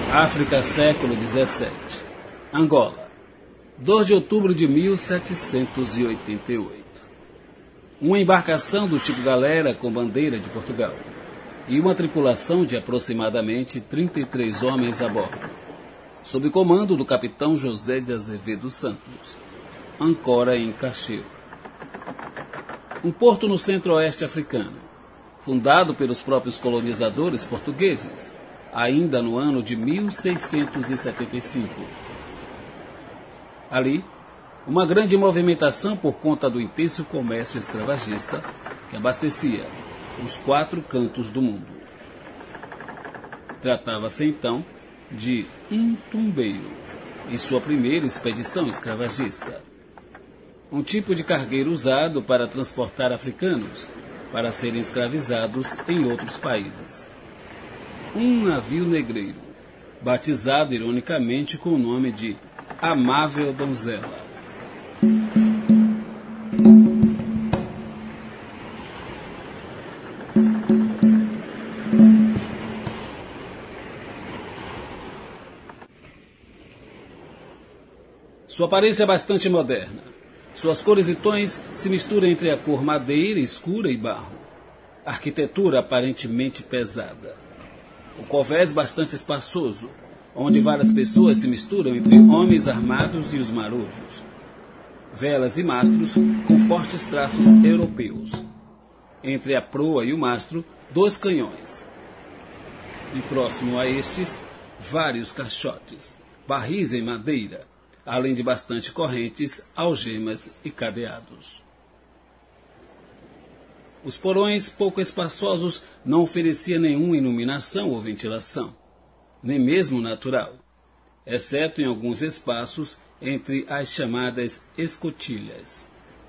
África, século XVII. Angola, 2 de outubro de 1788. Uma embarcação do tipo galera com bandeira de Portugal e uma tripulação de aproximadamente 33 homens a bordo, sob comando do capitão José de Azevedo Santos, ancora em Cacheu. Um porto no centro-oeste africano, fundado pelos próprios colonizadores portugueses, ainda no ano de 1675. Ali, uma grande movimentação por conta do intenso comércio escravagista que abastecia os 4 cantos do mundo. Tratava-se então de um tumbeiro e sua primeira expedição escravagista. Um tipo de cargueiro usado para transportar africanos para serem escravizados em outros países. Um navio negreiro, batizado ironicamente com o nome de Amável Donzela. Sua aparência é bastante moderna. Suas cores e tons se misturam entre a cor madeira escura e barro. Arquitetura aparentemente pesada. O convés bastante espaçoso, onde várias pessoas se misturam entre homens armados e os marujos. Velas e mastros com fortes traços europeus. Entre a proa e o mastro, 2 canhões. E próximo a estes, vários caixotes, barris em madeira, além de bastante correntes, algemas e cadeados. Os porões pouco espaçosos não ofereciam nenhuma iluminação ou ventilação, nem mesmo natural, exceto em alguns espaços entre as chamadas escotilhas.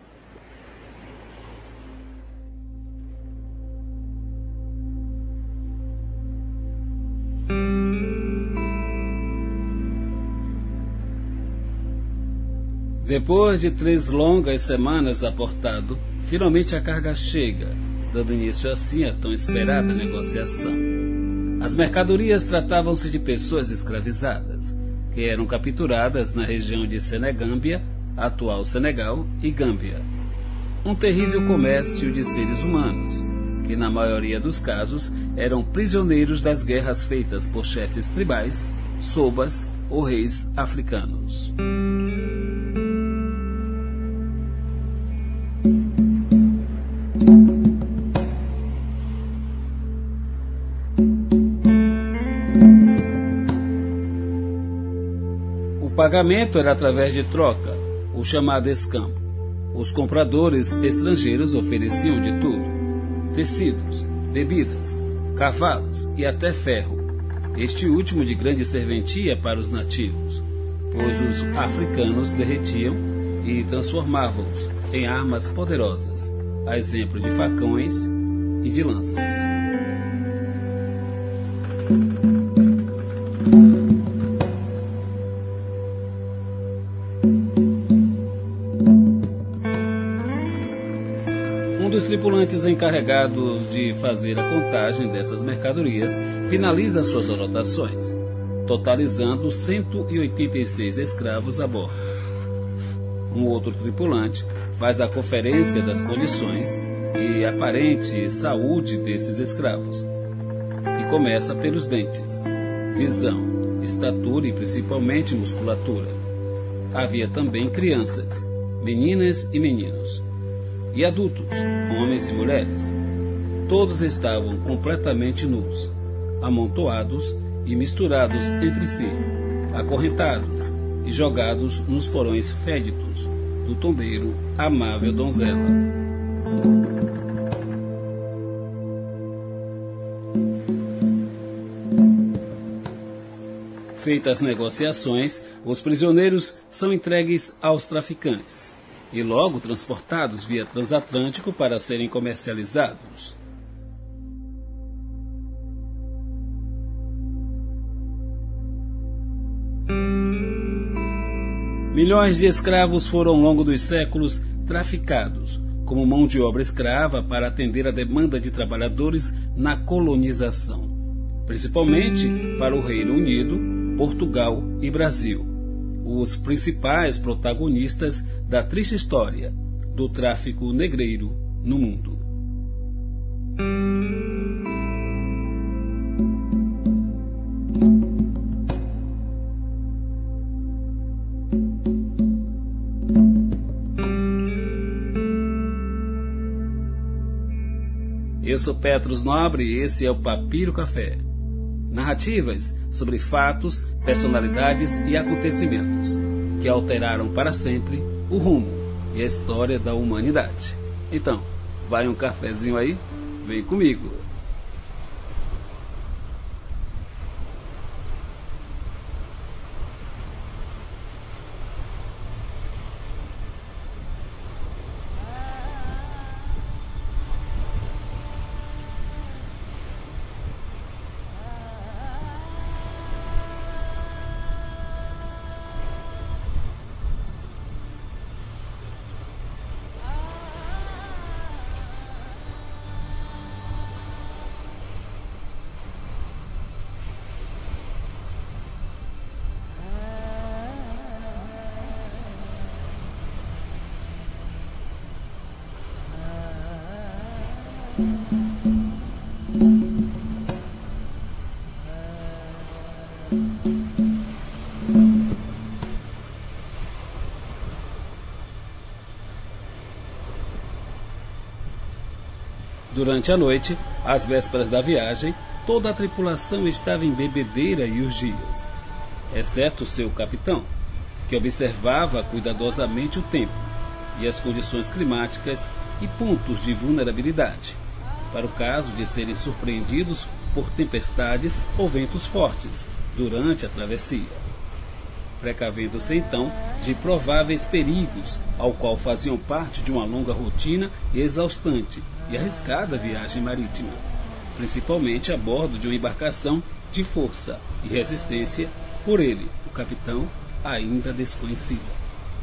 Depois de 3 longas semanas aportado, finalmente a carga chega, dando início assim à tão esperada negociação. As mercadorias tratavam-se de pessoas escravizadas, que eram capturadas na região de Senegâmbia, atual Senegal, e Gâmbia. Um terrível comércio de seres humanos, que na maioria dos casos eram prisioneiros das guerras feitas por chefes tribais, sobas ou reis africanos. O pagamento era através de troca, o chamado escambo. Os compradores estrangeiros ofereciam de tudo: tecidos, bebidas, cavalos e até ferro, este último de grande serventia para os nativos, pois os africanos derretiam e transformavam-os em armas poderosas, a exemplo de facões e de lanças. Um dos tripulantes encarregados de fazer a contagem dessas mercadorias finaliza suas anotações, totalizando 186 escravos a bordo. Um outro tripulante faz a conferência das condições e aparente saúde desses escravos, e começa pelos dentes, visão, estatura e principalmente musculatura. Havia também crianças, meninas e meninos, e adultos, homens e mulheres. Todos estavam completamente nus, amontoados e misturados entre si, acorrentados e jogados nos porões fédidos do tombeiro Amável Donzela. Feitas as negociações, os prisioneiros são entregues aos traficantes e logo transportados via transatlântico para serem comercializados. Milhões de escravos foram ao longo dos séculos traficados como mão de obra escrava para atender a demanda de trabalhadores na colonização, principalmente para o Reino Unido, Portugal e Brasil, os principais protagonistas da triste história do tráfico negreiro no mundo. Eu sou Petros Nobre e esse é o Papiro Café. Narrativas sobre fatos, personalidades e acontecimentos que alteraram para sempre o rumo e a história da humanidade. Então, vai um cafezinho aí? Vem comigo! Durante a noite, às vésperas da viagem, toda a tripulação estava em bebedeira e urgias, exceto seu capitão, que observava cuidadosamente o tempo e as condições climáticas e pontos de vulnerabilidade, para o caso de serem surpreendidos por tempestades ou ventos fortes durante a travessia, precavendo-se então de prováveis perigos, ao qual faziam parte de uma longa rotina e exaustante e arriscada viagem marítima, principalmente a bordo de uma embarcação de força e resistência, por ele, o capitão, ainda desconhecida.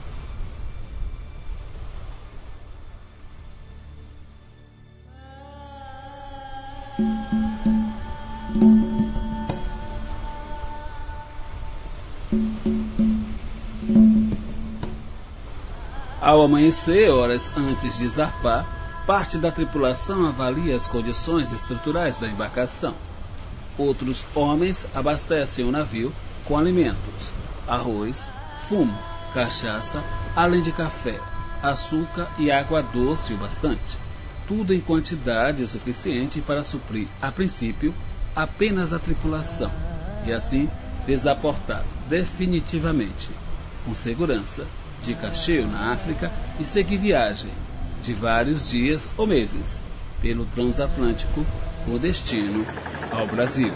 Ao amanhecer, horas antes de zarpar, parte da tripulação avalia as condições estruturais da embarcação. Outros homens abastecem o navio com alimentos, arroz, fumo, cachaça, além de café, açúcar e água doce o bastante. Tudo em quantidade suficiente para suprir, a princípio, apenas a tripulação, e assim desaportar definitivamente, com segurança, de Cacheu, na África, e seguir viagem de vários dias ou meses pelo transatlântico com destino ao Brasil.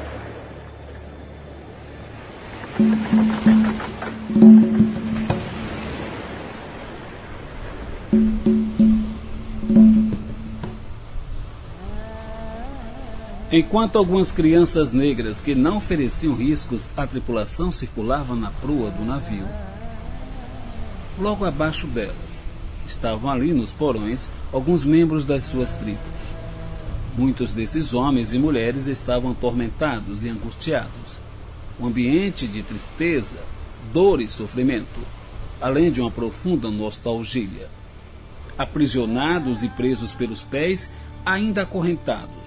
Enquanto algumas crianças negras que não ofereciam riscos à tripulação circulavam na proa do navio, logo abaixo delas estavam ali nos porões alguns membros das suas tribos. Muitos desses homens e mulheres estavam atormentados e angustiados. Um ambiente de tristeza, dor e sofrimento, além de uma profunda nostalgia. Aprisionados e presos pelos pés, ainda acorrentados.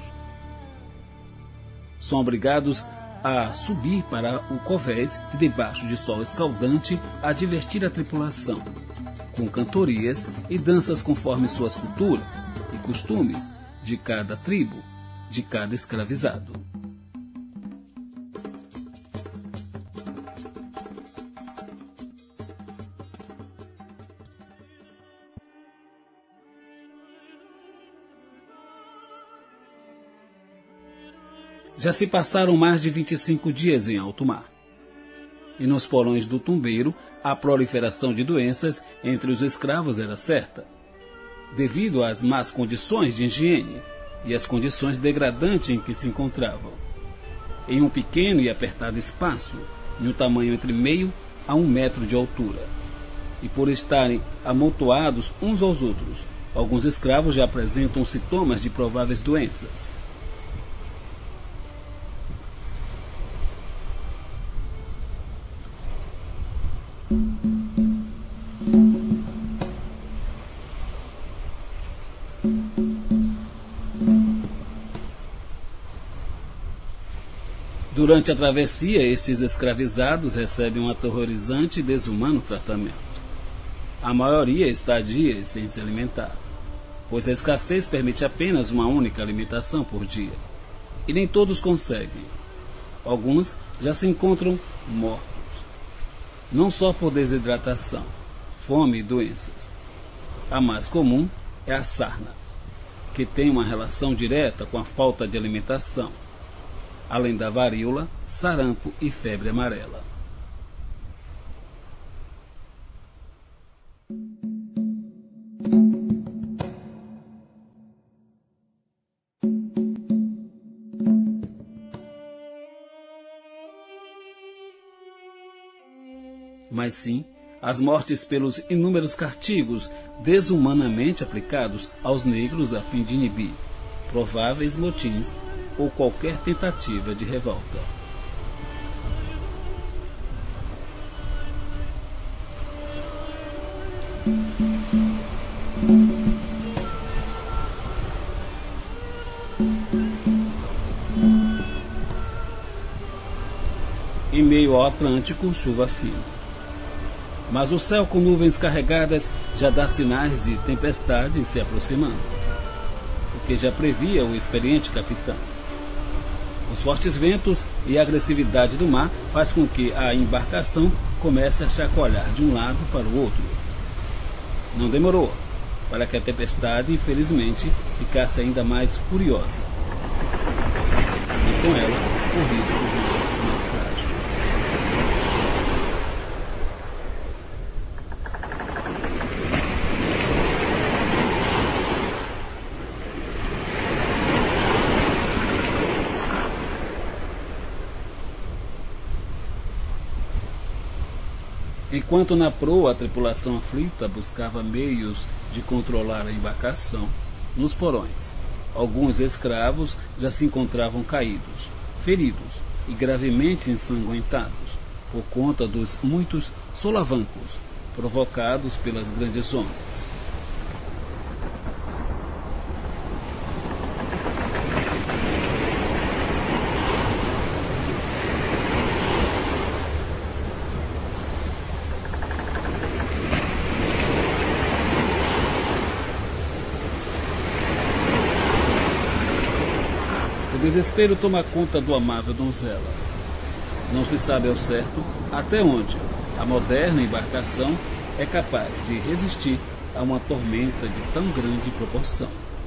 São obrigados a subir para o covés e, debaixo de sol escaldante, a divertir a tripulação, com cantorias e danças conforme suas culturas e costumes de cada tribo, de cada escravizado. Já se passaram mais de 25 dias em alto mar. E nos porões do Tumbeiro, a proliferação de doenças entre os escravos era certa, devido às más condições de higiene e às condições degradantes em que se encontravam. Em um pequeno e apertado espaço, de um tamanho entre meio a 1 metro de altura. E por estarem amontoados uns aos outros, alguns escravos já apresentam sintomas de prováveis doenças. Durante a travessia, estes escravizados recebem um aterrorizante e desumano tratamento. A maioria está dias sem se alimentar, pois a escassez permite apenas uma única alimentação por dia, e nem todos conseguem. Alguns já se encontram mortos, não só por desidratação, fome e doenças. A mais comum é a sarna, que tem uma relação direta com a falta de alimentação, além da varíola, sarampo e febre amarela. Mas sim, as mortes pelos inúmeros castigos desumanamente aplicados aos negros a fim de inibir prováveis motins ou qualquer tentativa de revolta. Em meio ao Atlântico, chuva fina. Mas o céu com nuvens carregadas já dá sinais de tempestade se aproximando, o que já previa o experiente capitão. Os fortes ventos e a agressividade do mar faz com que a embarcação comece a chacoalhar de um lado para o outro. Não demorou para que a tempestade, infelizmente, ficasse ainda mais furiosa. E com ela, o risco do naufrágio. Enquanto na proa a tripulação aflita buscava meios de controlar a embarcação, nos porões, alguns escravos já se encontravam caídos, feridos e gravemente ensanguentados por conta dos muitos solavancos provocados pelas grandes ondas. O desespero toma conta do amável donzela. Não se sabe ao certo até onde a moderna embarcação é capaz de resistir a uma tormenta de tão grande proporção.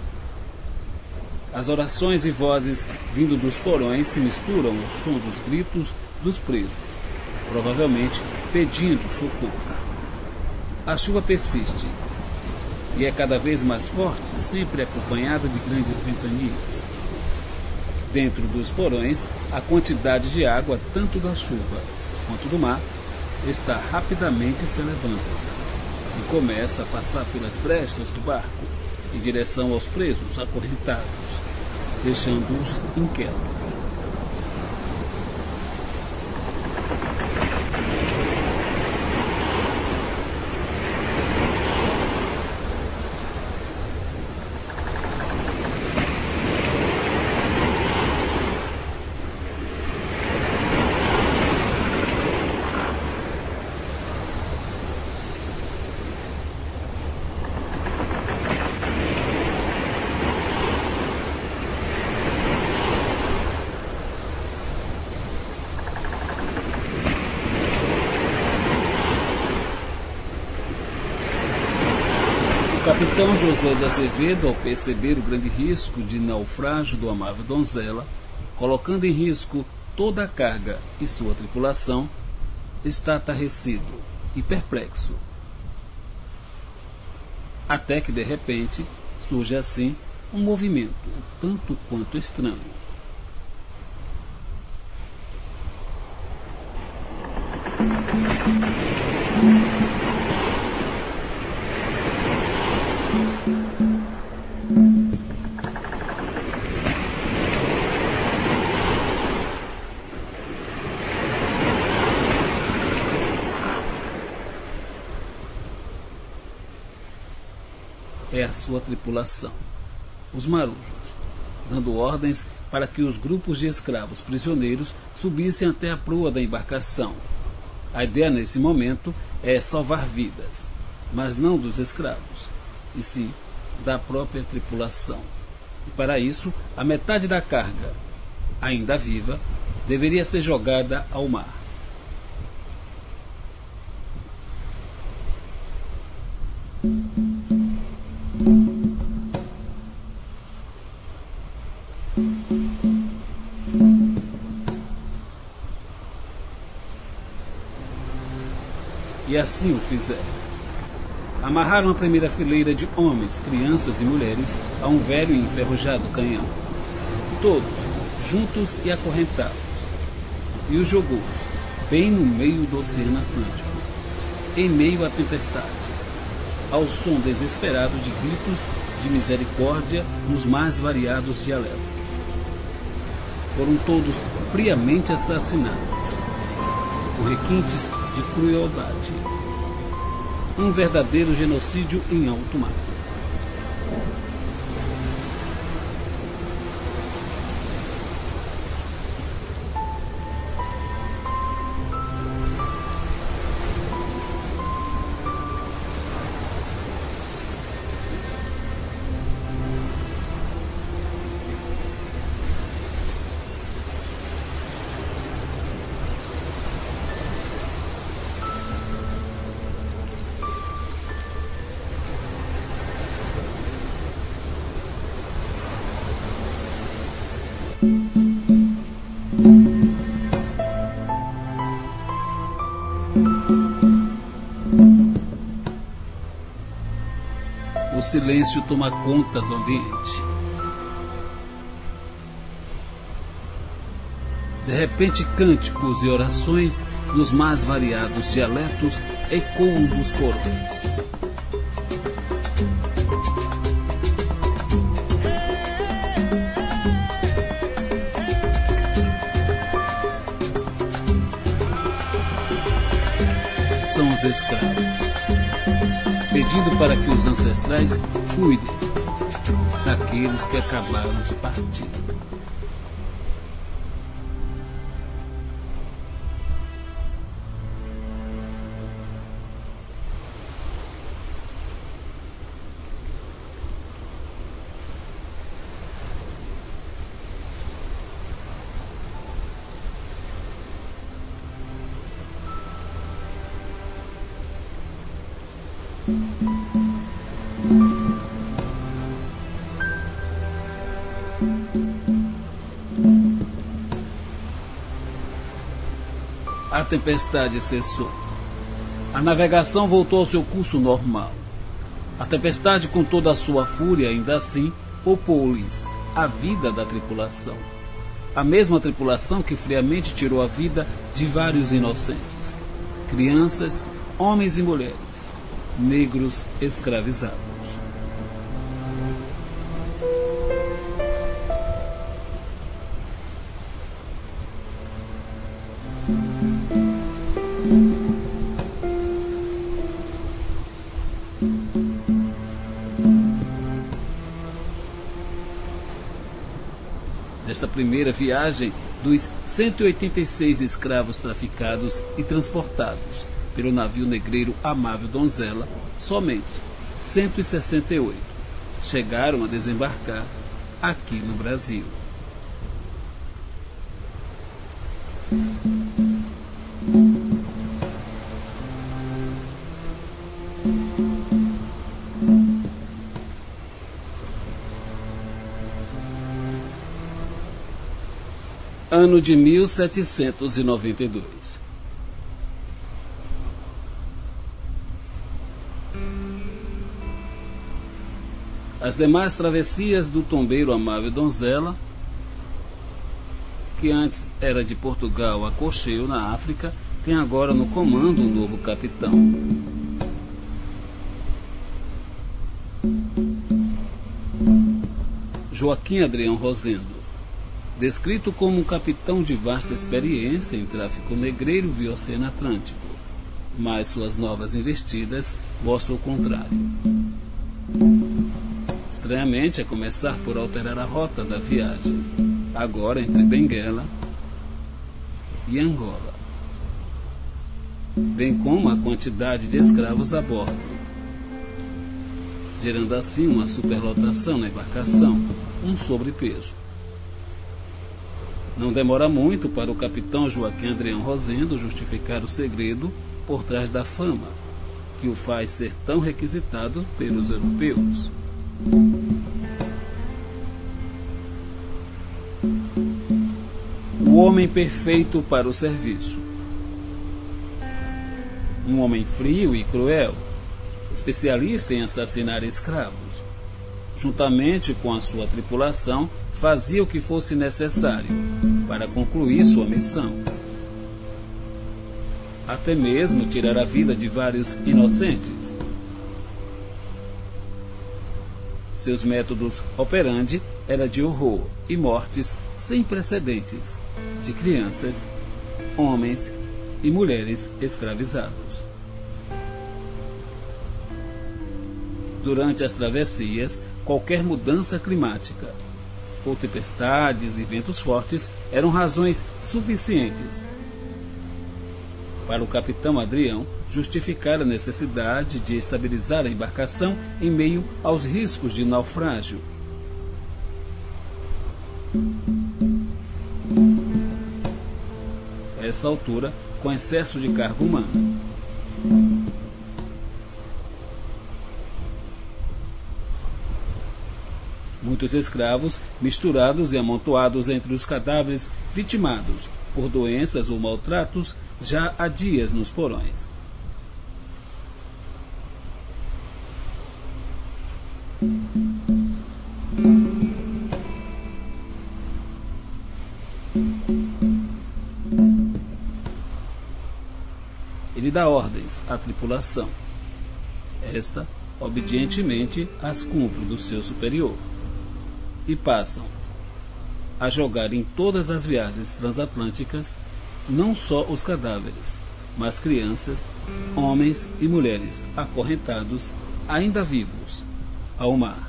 As orações e vozes vindo dos porões se misturam ao som dos gritos dos presos, provavelmente pedindo socorro. A chuva persiste e é cada vez mais forte, sempre acompanhada de grandes ventanias. Dentro dos porões, a quantidade de água, tanto da chuva quanto do mar, está rapidamente se elevando e começa a passar pelas brechas do barco em direção aos presos acorrentados, deixando-os inquietos. O capitão José de Azevedo, ao perceber o grande risco de naufrágio do amável donzela, colocando em risco toda a carga e sua tripulação, está atarrecido e perplexo. Até que, de repente, surge assim um movimento tanto quanto estranho. é a sua tripulação, os marujos, dando ordens para que os grupos de escravos prisioneiros subissem até a proa da embarcação. A ideia nesse momento é salvar vidas, mas não dos escravos, e sim da própria tripulação. E para isso, a metade da carga, ainda viva, deveria ser jogada ao mar. E assim o fizeram. Amarraram a primeira fileira de homens, crianças e mulheres a um velho e enferrujado canhão. Todos, juntos e acorrentados. E os jogou bem no meio do Oceano Atlântico, em meio à tempestade, ao som desesperado de gritos de misericórdia nos mais variados dialetos. Foram todos friamente assassinados, por requintes de crueldade. Um verdadeiro genocídio em alto mar. O silêncio toma conta do ambiente. De repente, cânticos e orações nos mais variados dialetos ecoam dos porões. São os escravos, pedindo para que os ancestrais cuidem daqueles que acabaram de partir. A tempestade cessou. A navegação voltou ao seu curso normal. A tempestade, com toda a sua fúria, ainda assim, poupou-lhes a vida da tripulação. A mesma tripulação que friamente tirou a vida de vários inocentes. Crianças, homens e mulheres, negros escravizados. Nesta primeira viagem, dos 186 escravos traficados e transportados pelo navio negreiro Amável Donzela, somente 168 chegaram a desembarcar aqui no Brasil. Ano de 1792. As demais travessias do tombeiro Amável Donzela, que antes era de Portugal a Cocheio, na África, tem agora no comando um novo capitão. Joaquim Adrião Rosendo, descrito como um capitão de vasta experiência em tráfico negreiro via Oceano Atlântico, mas suas novas investidas mostram o contrário. estranhamente, a começar por alterar a rota da viagem, agora entre Benguela e Angola, bem como a quantidade de escravos a bordo, gerando assim uma superlotação na embarcação, um sobrepeso. Não demora muito para o capitão Joaquim Adrião Rosendo justificar o segredo por trás da fama, que o faz ser tão requisitado pelos europeus. O homem perfeito para o serviço. Um homem frio e cruel, especialista em assassinar escravos. Juntamente com a sua tripulação, fazia o que fosse necessário para concluir sua missão. Até mesmo tirar a vida de vários inocentes. Seus métodos operandi era de horror e mortes sem precedentes de crianças, homens e mulheres escravizados. Durante as travessias, qualquer mudança climática ou tempestades e ventos fortes eram razões suficientes para o capitão Adrião justificar a necessidade de estabilizar a embarcação em meio aos riscos de naufrágio. A essa altura, com excesso de carga humana. Muitos escravos misturados e amontoados entre os cadáveres vitimados por doenças ou maltratos já há dias nos porões. Ele dá ordens à tripulação. Esta, obedientemente, as cumpre do seu superior. E passam a jogar em todas as viagens transatlânticas não só os cadáveres, mas crianças, homens e mulheres acorrentados, ainda vivos, ao mar.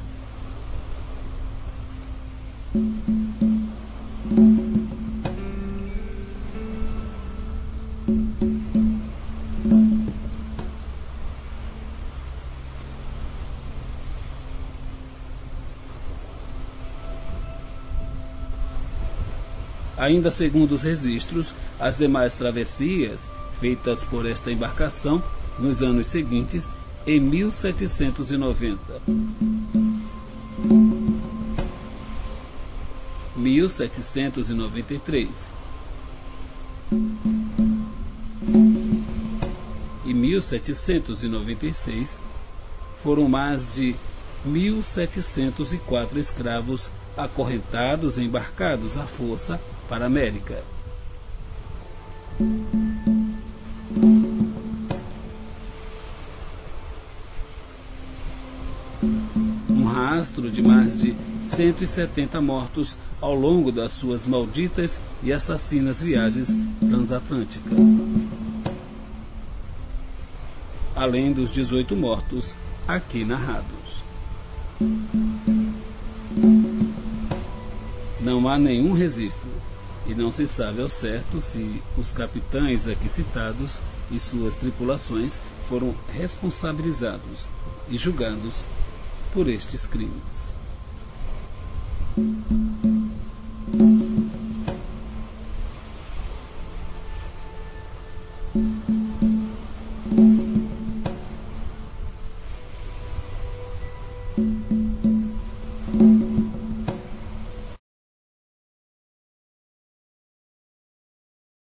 Ainda segundo os registros, as demais travessias feitas por esta embarcação nos anos seguintes, em 1790, 1793 e 1796, foram mais de 1.704 escravos acorrentados e embarcados à força para a América. Um rastro de mais de 170 mortos ao longo das suas malditas e assassinas viagens transatlânticas, além dos 18 mortos aqui narrados. Não há nenhum registro e não se sabe ao certo se os capitães aqui citados e suas tripulações foram responsabilizados e julgados por estes crimes.